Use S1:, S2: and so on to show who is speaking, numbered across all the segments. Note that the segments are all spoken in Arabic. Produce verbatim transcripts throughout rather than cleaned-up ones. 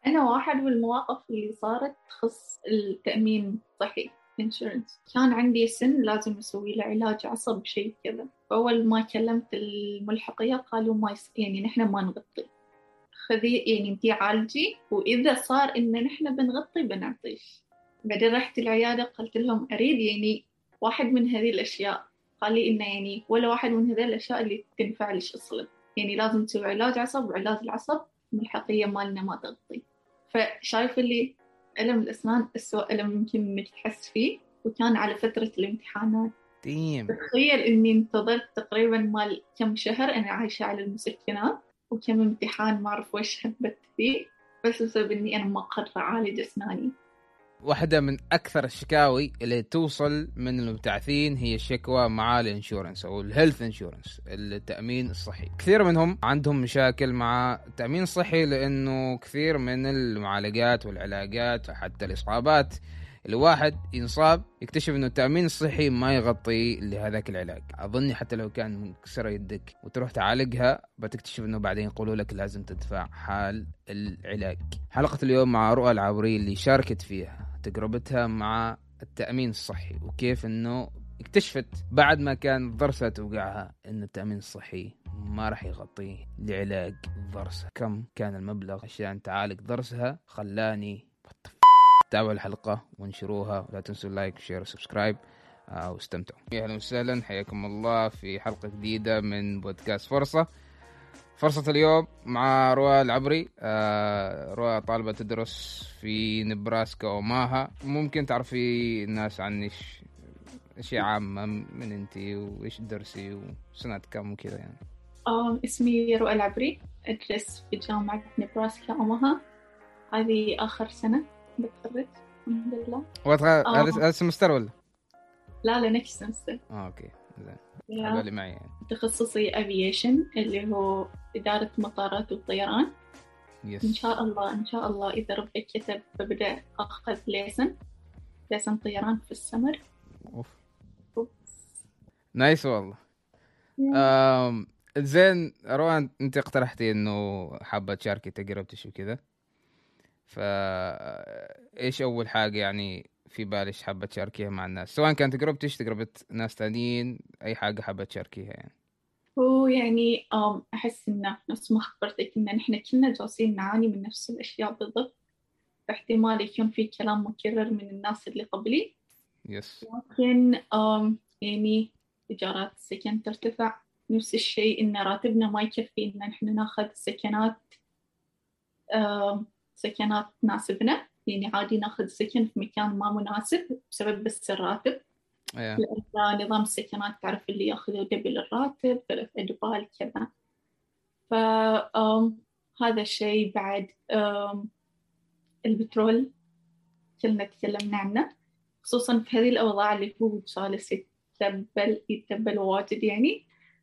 S1: أنا واحد من المواقف اللي صارت تخص التأمين الصحي insurance. كان عندي سن لازم أسوي له علاج عصب شيء كذا. أول ما كلمت الملحقية قالوا ما يس... يعني نحن ما نغطي، خذي يعني انتي عالجي، وإذا صار إن نحن بنغطي بنعطيش. بعدين رحت العيادة قلت لهم أريد يعني واحد من هذه الأشياء. قال لي إنه يعني ولا واحد من هذه الأشياء اللي تنفع ليش أصلا، يعني لازم تسوي علاج عصب، وعلاج العصب الملحقية مالنا ما تغطي. فشايف اللي ألم الأسنان أسوأ ألم يمكن إنك تحس فيه، وكان على فترة الامتحانات.
S2: تيم
S1: تخيل إني انتظرت تقريبا مال كم شهر أنا عايشة على المسكنات، وكم امتحان ما أعرف وش هبت فيه، بس بسبب إني أنا ما قادرة أعالج أسناني.
S2: واحدة من أكثر الشكاوي اللي توصل من المبتعثين هي الشكوى مع الانشورنس أو الهيلث انشورنس، التأمين الصحي. كثير منهم عندهم مشاكل مع التأمين الصحي لأنه كثير من المعالجات والعلاجات وحتى الإصابات الواحد ينصاب يكتشف انه التأمين الصحي ما يغطي لهذاك العلاج. اظني حتى لو كان منكسرة يدك وتروح تعالجها بتكتشف انه بعدين يقولوا لك لازم تدفع حال العلاج. حلقة اليوم مع رؤى العبري اللي شاركت فيها تجربتها مع التأمين الصحي، وكيف انه اكتشفت بعد ما كان ضرسها توقعها ان التأمين الصحي ما راح يغطي لعلاج ضرسها. كم كان المبلغ عشان تعالج ضرسها؟ خلاني تابعوا الحلقة وانشروها، ولا تنسوا اللايك وشير وسبسكرايب واستمتعوا. اهلا وسهلا، حياكم الله في حلقة جديدة من بودكاست فرصة. فرصة اليوم مع رؤى العبري. آه رؤى طالبة تدرس في نبراسكا أوماها. ممكن تعرفي الناس عنك اشياء عامة من انتي وايش درسي وسنة كم وكذا يعني؟
S1: آه اسمي رؤى العبري، أدرس في جامعة نبراسكا أوماها. هذه آخر سنة بتخرج الحمد لله.
S2: هذا السمستر ولا؟
S1: لا لا نكست سمستر.
S2: اه اوكي زين، على بالي معي يعني.
S1: تخصصي أفيشن اللي هو إدارة مطارات والطيران.
S2: يس.
S1: إن شاء الله إن شاء الله إذا ربك كتب ببدأ أخذ ليسن ليسن طيران في السمر.
S2: أوف. نايس والله. أم زين روان، أنت اقترحتي إنه حابة تشاركي تجربتك وكذا، فإيش أول حاجة يعني في بالك حابة تشاركيها مع الناس، سواء كانت تجربتك تجربة ناس تانيين، أي حاجة حابة تشاركيها يعني؟
S1: هو يعني أحس إنه نفس ما خبرتك إن نحن كلنا جالسين نعاني من نفس الأشياء بالضبط. احتمال يكون في كلام مكرر من الناس اللي قبلي.
S2: يس.
S1: لكن يعني إيجارات السكن ترتفع، نفس الشيء إن راتبنا ما يكفي إن نحن ناخذ سكنات سكنات تناسبنا. يعني عادي ناخذ سكن في مكان ما مناسب بسبب بس الراتب.
S2: yeah.
S1: لأن نظام السكنات تعرف اللي ياخذوا دبل الراتب، ثلاث أدوال كذا. فهذا الشيء بعد البترول كلنا تكلمنا عنه، خصوصا في هذه الأوضاع اللي هو جالس يتبل يتبل واجد يعني.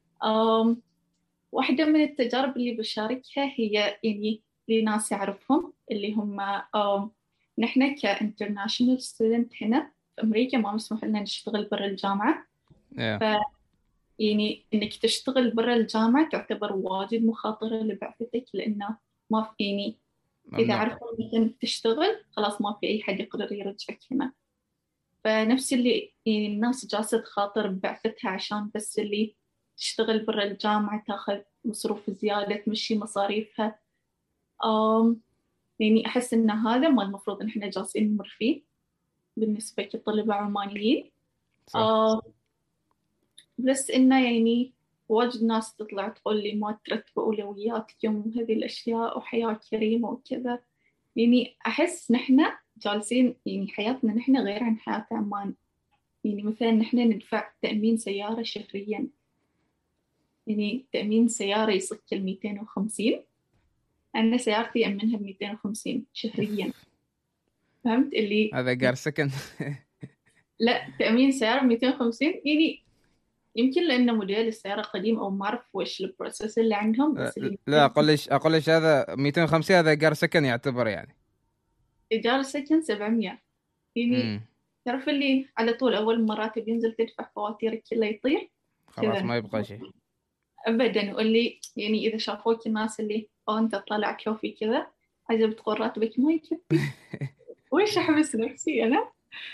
S1: واحدة من التجارب اللي بشاركها هي يعني لناس يعرفهم اللي هم نحن كإنترناشنال ستودنت هنا في أمريكا ما مسموح لنا نشتغل برا الجامعة.
S2: yeah.
S1: ف يعني إنك تشتغل برا الجامعة تعتبر واجد مخاطرة لبعثتك، لأنه ما في يعني إذا عرفوا إنك تشتغل خلاص ما في أي حد يقدر يرجعك هنا. فنفس اللي يعني الناس جالسة تخاطر ببعثتها عشان بس اللي تشتغل برا الجامعة تاخذ مصروف زيادة تمشي مصاريفها. أم يعني أحس إن هذا ما المفروض إن إحنا جالسين نمر فيه بالنسبة كطلبة عمانيين. أم بس إنه يعني واجد ناس تطلع تقول لي ما ترتبوا أولوياتكم وهذه الأشياء وحياة كريمة وكذا. يعني أحس نحن جالسين يعني حياتنا نحن غير عن حياة عمان. يعني مثلا نحن ندفع تأمين سيارة شهريا، يعني تأمين سيارة يصك الميتين وخمسين. أنا سيارتي أمنها بميتين وخمسين شهريا. فهمت اللي
S2: هذا قار سكن؟
S1: لا تأمين سيارة ميتين وخمسين يعني يمكن لأنه موديل السيارة قديم أو ما أعرف وش البروسيس اللي عندهم. بس اللي
S2: لا أقولش أقولش هذا مئتين وخمسين هذا قار سكن يعتبر يعني
S1: إيجار السكن سبعمية. يعني
S2: مم.
S1: تعرف اللي على طول أول ما راتب ينزل تدفع فواتيرك كلها يطير
S2: خلاص
S1: كذا.
S2: ما يبقى شيء
S1: أبدا. واللي يعني إذا شافوك الناس اللي أو أنت طالع كوفي كذا عجب تقول راتبك ما يكفي، وإيش أحبس نفسي أنا.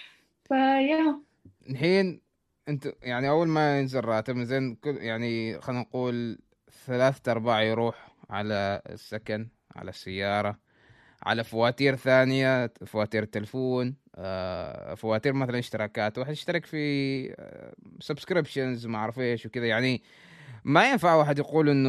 S1: فيا
S2: الحين انت يعني اول ما ينزل راتب زين كل يعني خلينا نقول ثلاثة ارباع يروح على السكن، على السيارة، على فواتير ثانية، فواتير التلفون، آه، فواتير مثلا اشتراكات، واحد يشترك في سبسكريبشنز ما اعرف ايش وكذا. يعني ما ينفع واحد يقول انه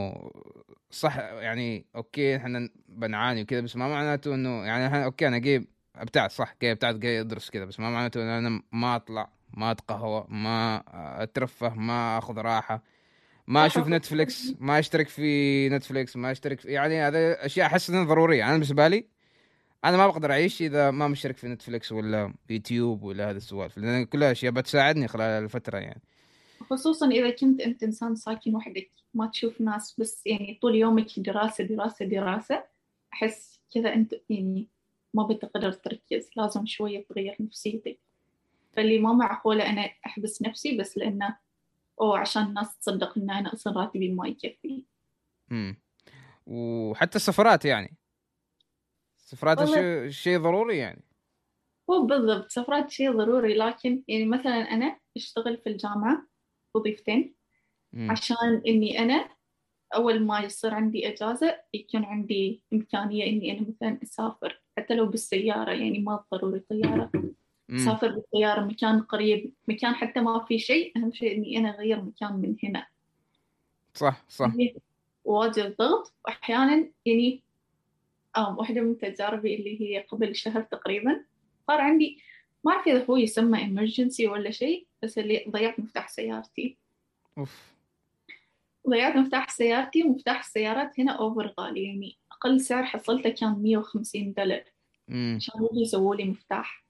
S2: صح يعني اوكي احنا بنعاني وكذا، بس ما معناته انه يعني احنا اوكي انا جاي ابتعد، صح جاي ابتعد جاي ادرس كذا، بس ما معناته انه انا ما اطلع ما اتقهوى ما اترفه ما اخذ راحة ما
S1: صح.
S2: اشوف نتفليكس ما اشترك في نتفليكس ما اشترك في يعني هذا اشياء احس انها ضرورية. انا بالنسبة لي انا ما بقدر اعيش اذا ما مشترك في نتفليكس ولا يوتيوب ولا هذه السوالف، لان كلها اشياء بتساعدني خلال الفترة يعني.
S1: خصوصا إذا كنت أنت إنسان ساكن وحدك ما تشوف ناس، بس يعني طول يومك دراسة دراسة دراسة، أحس كذا أنت يعني ما بتقدر تركز، لازم شوية تغير نفسيتك. فاللي ما معقولة أنا أحبس نفسي بس لأنه أو عشان الناس تصدق إن أنا أصلا راتبي ما يكفي.
S2: امم وحتى السفرات يعني، السفرات
S1: والله
S2: شيء شيء ضروري يعني.
S1: هو بالضبط سفرات شيء ضروري، لكن يعني مثلا أنا أشتغل في الجامعة وظيفتين
S2: امم
S1: عشان إني أنا أول ما يصير عندي إجازة يكون عندي إمكانية إني أنا مثلا أسافر حتى لو بالسيارة، يعني ما ضروري طيارة.
S2: امم
S1: أسافر بالسيارة مكان قريب، مكان حتى ما في شيء، أهم شيء إني أنا أغير مكان من هنا.
S2: صح صح.
S1: هي واجد ضغط، وأحيانا يعني آه واحدة من تجاربي اللي هي قبل شهر تقريبا صار عندي، ما أعرف إذا هو يسمى emergency ولا شيء، بس اللي ضيعت مفتاح سيارتي.
S2: اوف.
S1: ضيعت مفتاح سيارتي، ومفتاح السيارات هنا أوفر غالي، يعني أقل سعر حصلته كان مية وخمسين دولار
S2: امم
S1: عشان يجي يسووا لي مفتاح.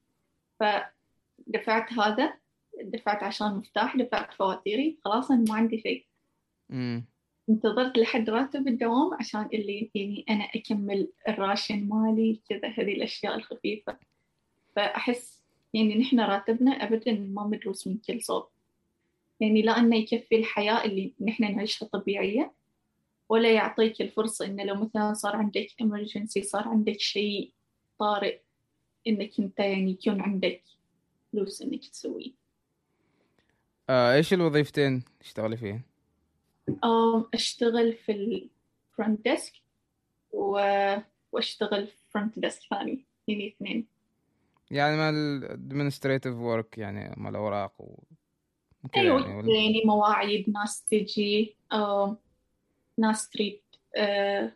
S1: فدفعت هذا، دفعت عشان مفتاح، دفعت فواتيري، خلاص أنا ما عندي شيء.
S2: امم
S1: انتظرت لحد راتب الدوام عشان اللي يعني أنا أكمل الراشن مالي كذا، هذه الأشياء الخفيفة. فأحس يعني نحن راتبنا أبدا ما مدروس من كل صوب، يعني لا أنه يكفي الحياة اللي نحن نعيشها طبيعية، ولا يعطيك الفرصة إنه لو مثلا صار عندك emergency، صار عندك شيء طارئ، إنك أنت يعني يكون عندك فلوس إنك تسويه.
S2: آه ايش الوظيفتين تشتغلي فيها؟
S1: أم أشتغل في الفرونت ديسك و... وأشتغل في فرونت ديسك ثاني، يعني اثنين.
S2: يعني مع الادمنستريتيف ورك يعني مع الاوراق وكذا
S1: أيوة
S2: يعني ولا؟
S1: يعني مواعيد، ناس تجي، أم ناس تريد، أه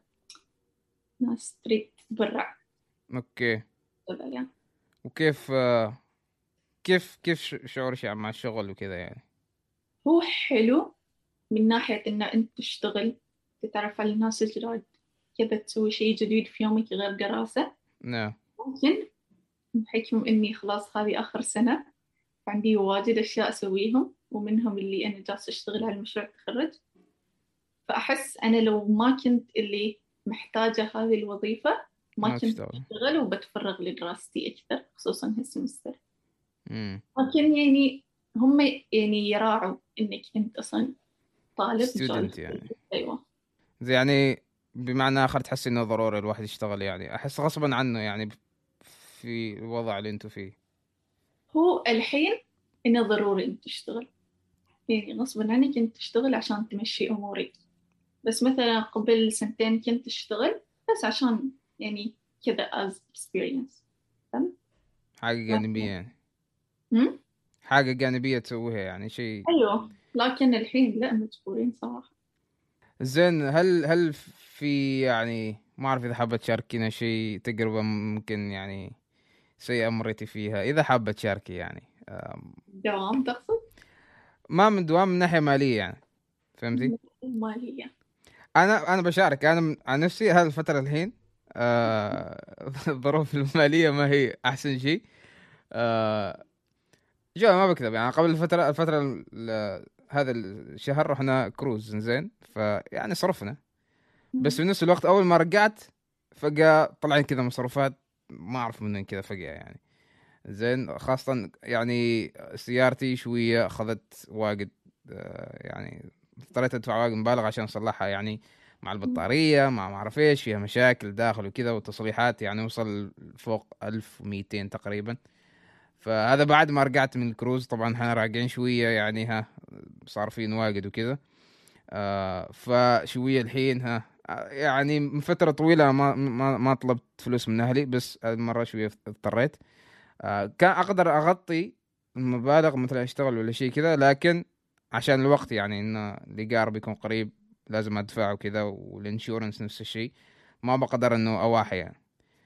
S1: ناس تريد تبرع
S2: اوكي.
S1: كذا يعني.
S2: وكيف آه كيف كيف ش- شعورك يعني مع الشغل وكذا يعني؟
S1: هو حلو من ناحية إن أنت تشتغل، تتعرف على الناس الجداد كذا، تسوي شيء جديد في يومك غير دراسة.
S2: نعم.
S1: ممكن بحكم إني خلاص هذه آخر سنة، عندي واجد أشياء أسويهم، ومنهم اللي أنا جالسة أشتغل على مشروع التخرج. فأحس أنا لو ما كنت اللي محتاجة هذه الوظيفة ما
S2: ما
S1: كنت
S2: تشتغل.
S1: أشتغل وبتفرغ لدراستي أكثر، خصوصا هالسمستر.
S2: امم
S1: لكن يعني هم يعني يراعوا إنك أنت أصلا طالب جاي.
S2: ستودنت يعني.
S1: أيوة.
S2: زي يعني بمعنى آخر تحس إنه ضروري الواحد يشتغل يعني، أحس غصبا عنه يعني في الوضع اللي أنتم فيه.
S1: هو الحين إنه ضروري إنك تشتغل، يعني غصبا عنك أنت تشتغل عشان تمشي أمورك. بس مثلا قبل سنتين كنت أشتغل بس عشان يعني كذا as experience. فهمت؟
S2: حاجة جانبية
S1: لكن
S2: يعني،
S1: هم؟
S2: حاجة جانبية تسويها يعني شيء.
S1: أيوه، لكن الحين لا، مجبورين صراحة.
S2: زين هل هل في يعني ما أعرف إذا حابة تشاركينا شيء تجربة ممكن يعني سيئة مريتي فيها، إذا حابة تشاركي يعني. أم،
S1: دوام تقصد؟
S2: ما من دوام من ناحية مالية يعني، فهمتي؟
S1: مالية.
S2: أنا أنا بشارك أنا من- عن نفسي هذه الفترة الحين آه، الظروف المالية ما هي أحسن شيء. آه، جو ما بكذب يعني قبل الفترة الفترة ال- هذا الشهر رحنا كروز زين، فيعني صرفنا، بس في نفس الوقت أول ما رجعت فجأة طلعين كذا مصروفات ما أعرف من وين كذا فجأة يعني. زين خاصة يعني سيارتي شوية أخذت واجد، آه، يعني اضطريت أدفع واجد مبالغ عشان أصلحها يعني. مع البطارية، مع ما أعرف إيش، فيها مشاكل داخل وكذا، وتصليحات يعني وصل فوق ألف ومئتين تقريبا. فهذا بعد ما رجعت من الكروز، طبعا احنا راجعين شوية يعني، ها صار في نواقد وكذا. آه فشوية الحين ها آه، يعني من فترة طويلة ما ما ما طلبت فلوس من أهلي، بس هذه المرة شوية اضطريت. آه كان أقدر أغطي المبالغ مثلا أشتغل ولا شيء كذا، لكن عشان الوقت يعني إنه الإيجار بيكون قريب لازم أدفعه وكذا، والإنشورنس نفس الشيء، ما بقدر إنه أواحي يعني.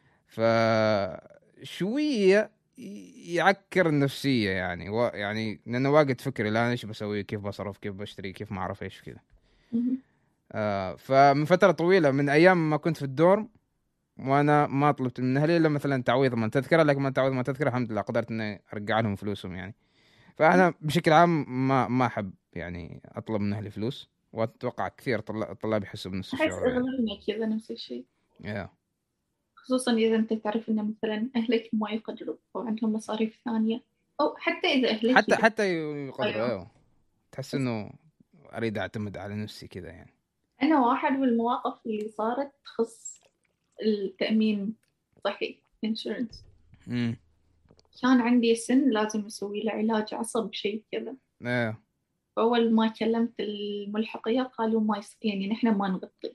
S2: فشوية يعكر النفسية يعني و... يعني لأنه واجد فكري الآن إيش بسوي، كيف بصرف، كيف بشتري، كيف ما أعرف إيش كذا.
S1: مهم.
S2: آه فمن فترة طويلة من أيام ما كنت في الدورم، وأنا ما طلبت من أهلي إلا مثلا تعويض من تذكرة، لكن ما تعويض من تذكرة الحمد لله قدرت إني أرجع لهم فلوسهم يعني. فأنا بشكل عام ما ما أحب يعني أطلب من أهلي فلوس، وأتوقع كثير طلا- الطلاب يحسوا بنفس
S1: أحس
S2: الشعور يعني.
S1: أغلبنا كذا نفس الشيء،
S2: yeah.
S1: خصوصا إذا أنت تعرف إن مثلا أهلك ما يقدروا أو عندهم مصاريف ثانية، أو حتى إذا أهلك
S2: حتى
S1: يقدروا.
S2: حتى يقدروا،
S1: أيوة.
S2: أيوه. تحس إنه أريد أعتمد على نفسي كذا يعني.
S1: أنا واحد من المواقف اللي صارت تخص التأمين الصحي insurance.
S2: امم.
S1: كان عندي سن لازم أسوي له علاج عصب شيء كذا.
S2: ايه.
S1: فأول ما كلمت الملحقية قالوا ما يص... يعني نحن ما نغطي،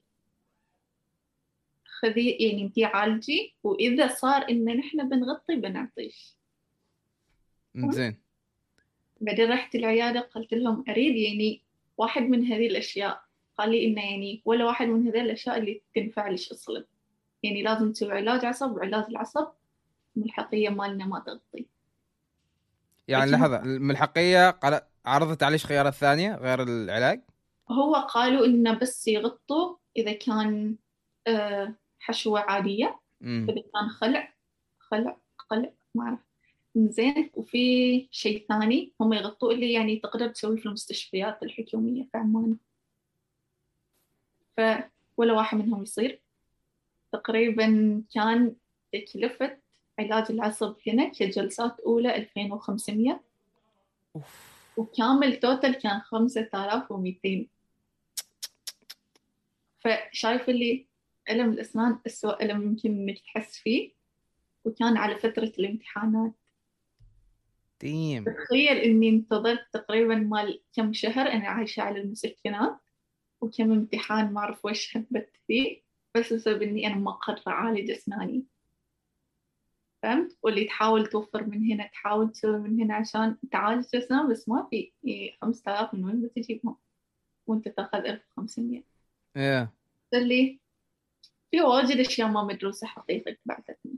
S1: خذي يعني انتي عالجي، وإذا صار إن نحن بنغطي بنعطيش.
S2: زين.
S1: بعدين رحت العيادة قلت لهم أريد يعني واحد من هذه الأشياء. قال لي إنه يعني ولا واحد من هذه الأشياء اللي تنفع لش أصلا، يعني لازم تسوي علاج عصب، وعلاج العصب الملحقية مالنا ما تغطي.
S2: يعني
S1: فكان
S2: لحظة، الملحقية قال عرضت عليش خيارات ثانية غير العلاج؟
S1: هو قالوا إنه بس يغطوا إذا كان آه، حشوة عادية،
S2: امم.
S1: إذا كان خلع خلع خلع ما أعرف. زين، وفي شيء ثاني هم يغطوا اللي يعني تقدر تسويه في المستشفيات الحكومية في عمان. ف ولا واحد منهم يصير. تقريبا كان تكلفة علاج العصب هنا كجلسات أولى ألفين وخمسمية،
S2: اوف.
S1: وكامل توتال كان خمسة آلاف ومئتين. فشايف اللي ألم الأسنان أسوأ ألم يمكن إنك تحس فيه، وكان على فترة الامتحانات.
S2: ديم.
S1: تخيل إني انتظرت تقريبا مال كم شهر أنا عايشة على المسكنات، وكم امتحان ما أعرف وش هبت فيه، بس بسبب إني أنا ما قادرة أعالج أسناني. فهمت؟ واللي تحاول توفر من هنا، تحاول تسوي من هنا عشان تعالج الأسنان، بس ما في. إيه، خمسة آلاف من وين بتجيبهم وأنت تاخذ ألف وخمسمية؟
S2: ايه.
S1: اللي في واجد أشياء ما مدروسة حقيقة بعثتني.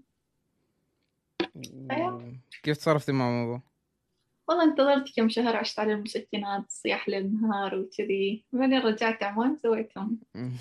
S1: أيوة.
S2: كيف تصرفتي مع الموضوع؟
S1: والله انتظرت كم شهر، عشت على المسكنات صياح ليل نهار وكذي، بعدين رجعت عمان سويتهم.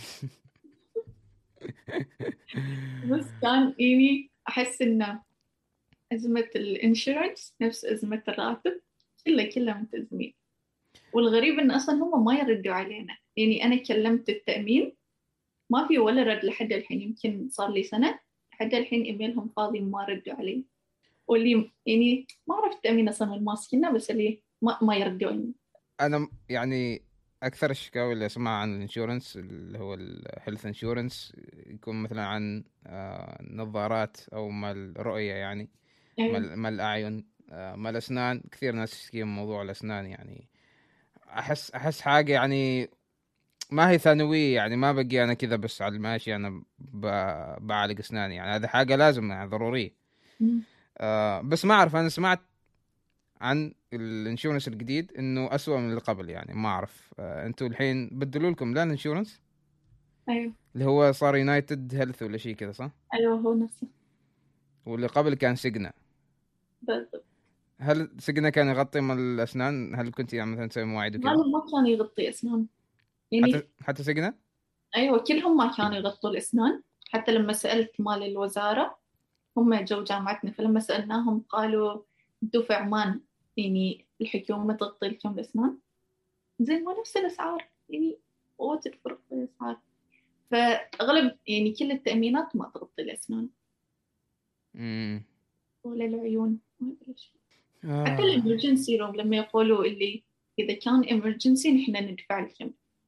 S1: بس كان يعني أحس إن أزمة الإنشورنس نفس أزمة الراتب، كله كله متأزمين. والغريب إن أصلا هم ما يردوا علينا، يعني أنا كلمت التأمين ما في ولا رد لحد الحين، يمكن صار لي سنة لحد الحين إيميلهم فاضي ما ردوا علي. واللي يعني ما أعرف التأمين أصلا وين ماسكينه، بس اللي ما, ما يردوا علي.
S2: انا م- يعني اكثر الشكاوي اللي اسمعها عن الانشورنس اللي هو الهيلث انشورنس يكون مثلا عن آه، نظارات او مال رؤية يعني،
S1: أيوه.
S2: مال مال الاعين، آه، مال الاسنان. كثير ناس يشتكي من موضوع الاسنان يعني. احس احس حاجة يعني ما هي ثانوية يعني، ما بقي انا كذا بس على الماشي انا ب- بعالج اسناني يعني، هذا حاجة لازم يعني ضرورية.
S1: أمم.
S2: آه بس ما اعرف، انا سمعت عن الانشورنس الجديد انه اسوأ من اللي قبل يعني، ما اعرف. آه انتوا الحين بدلوا لكم لا الانشورنس
S1: أيوه.
S2: اللي هو صار يونايتد هيلث ولا شيء كذا صح؟
S1: أيوه هو نفسه.
S2: واللي قبل كان سيجنا.
S1: بالضبط.
S2: هل سيجنا كان يغطي مال الاسنان؟ هل كنت يعني مثلا تسوي مواعيد وكذا؟
S1: غالبا ما كان يغطي أسنان
S2: حتى
S1: يعني.
S2: حتى سيجنا.
S1: أيوة كلهم ما كانوا يغطوا الأسنان. حتى لما سألت مال الوزارة، هم جو جامعتنا، فلما سألناهم قالوا انتوا في عمان يعني الحكومة تغطي لكم الأسنان. زين، ونفس الأسعار يعني، واجد فرق في الأسعار. فأغلب يعني كل التأمينات ما تغطي الأسنان
S2: امم.
S1: ولا العيون ما أدري إيش. حتى
S2: آه.
S1: الإمرجنسي روم لما يقولوا اللي إذا كان إمرجنسي نحن ندفع لكم،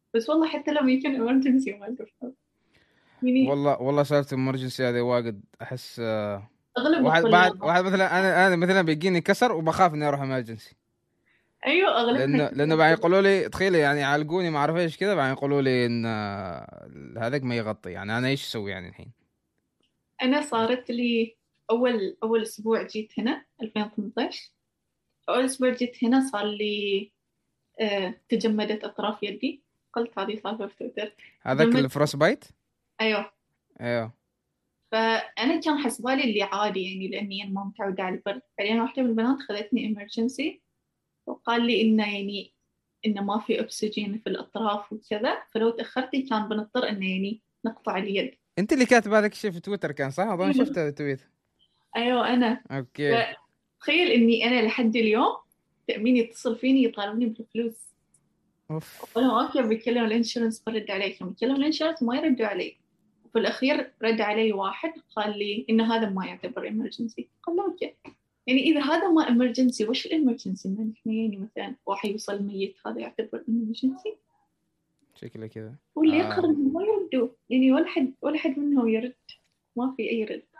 S1: بس والله حتى لما يكون emergency ما تفهم يعني.
S2: والله والله سالفه الامرجنسي هذه واجد احس آه،
S1: اغلب
S2: واحد
S1: الطلاب.
S2: بعد واحد مثلا انا انا مثلا بيجيني كسر وبخاف اني اروح امرجنسي.
S1: ايوه اغلبها
S2: لانه لانه
S1: كذا.
S2: بعدين يقولوا لي تخيلي يعني يعالجوني ما اعرف ايش كذا، بعدين يقولوا لي ان آه، هذاك ما يغطي، يعني انا ايش اسوي يعني الحين؟
S1: انا صارت لي اول اول اسبوع جيت هنا ألفين وثمانية عشر. اول اسبوع جيت هنا صار لي آه، تجمدت اطراف يدي. قلت هذه سالفه في تويتر.
S2: هذاك
S1: تجمد.
S2: الفروست بايت.
S1: ايوه.
S2: ايوه.
S1: فانا كان حسبالي اللي عادي يعني لاني انا ما متعوده على البرد. بعدين واحده من البنات خذتني امرجنسي وقال لي انه يعني انه ما في اكسجين في الاطراف وكذا، فلو تاخرتي كان بنضطر انه يعني نقطع اليد.
S2: انت اللي كاتب هذاك الشيء في تويتر كان صح؟ اظن
S1: ايوه.
S2: شفته تويت.
S1: ايوه انا.
S2: اوكي.
S1: تخيل اني انا لحد اليوم تأمين يتصل فيني يطالبني بالفلوس.
S2: اوف.
S1: وانا واقفه بكلم الانشورنس برد علي، لما بكلم الانشورنس ما يردوا علي. وفي الاخير رد علي واحد قال لي ان هذا ما يعتبر امرجنسي. قال له اوكي، يعني اذا هذا ما امرجنسي وش الامرجنسي؟ ان احنا يعني مثلا واحد يوصل ميت هذا يعتبر امرجنسي؟
S2: شكله كذا.
S1: واللي
S2: آه.
S1: يقرب ما يردوا يعني، ولا حد ولا حد منهم يرد. ما في اي رد.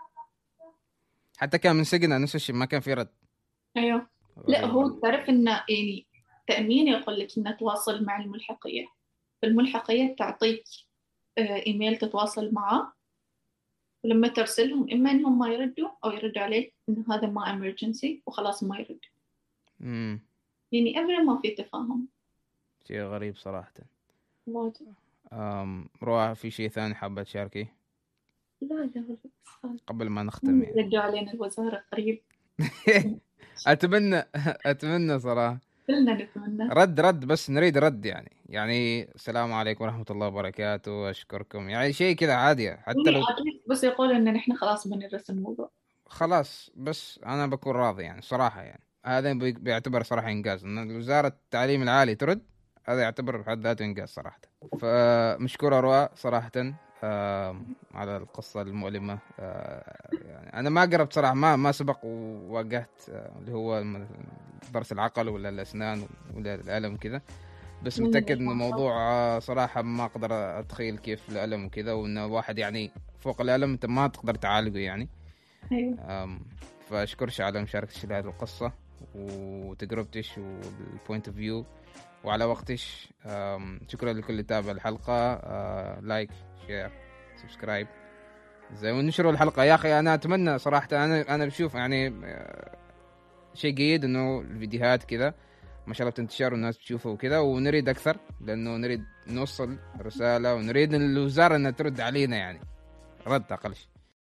S2: حتى كان من سجن نفس الشيء، ما كان في رد.
S1: ايوه. لا
S2: غريب.
S1: هو تعرف انه يعني تأمين يقول لك انه تواصل مع الملحقية. فالملحقية تعطيك آه، ايميل تتواصل معه، ولما ترسلهم اما انهم ما يردوا او يردوا عليك ان هذا ما emergency وخلاص ما يردوا.
S2: امم.
S1: يعني ابدا ما في تفاهم.
S2: شيء غريب صراحة.
S1: واجد.
S2: أم روح في شيء ثاني حابة تشاركي
S1: لا لا بالعكس.
S2: قبل ما نختم يعني؟
S1: يردوا علينا الوزارة قريب.
S2: اتمنى اتمنى صراحة.
S1: كلنا نتمنى.
S2: رد رد بس نريد رد يعني يعني السلام عليكم ورحمة الله وبركاته، اشكركم، يعني شيء كذا عادي حتى
S1: يعني
S2: لو.
S1: بس يقولوا ان نحن خلاص بندرس الموضوع.
S2: خلاص بس انا بكون راضي يعني صراحة، يعني هذا بي- بيعتبر صراحة انجاز ان وزارة التعليم العالي ترد. هذا يعتبر بحد ذاته انجاز صراحة. فمشكورة رواء صراحة آم، على القصة المؤلمة. آه، يعني أنا ما قربت صراحة، ما ما سبق وواجهت آه، اللي هو الم- ضرس العقل ولا الأسنان ولا الألم كذا. بس
S1: من
S2: متأكد إنه
S1: المعصب.
S2: موضوع آه، صراحة ما أقدر أتخيل كيف الألم وكذا، وإنه واحد يعني فوق الألم أنت ما تقدر تعالجه يعني.
S1: ايوه.
S2: آم، فأشكرش على مشاركتش لهذه القصة وتجربتش والبوينت اوف فيو وعلى وقتش. آم، شكرا لكل اللي تابع الحلقة. آه، لايك شير سبسكرايب زي ونشروا الحلقة يا أخي. أنا أتمنى صراحة، أنا أنا بشوف يعني آه، شيء جيد إنه الفيديوهات كذا ما شاء الله بتنتشر والناس بتشوفها وكذا، ونريد أكثر لأنه نريد نوصل رسالة ونريد الوزارة أنها ترد علينا يعني رد أقل شيء.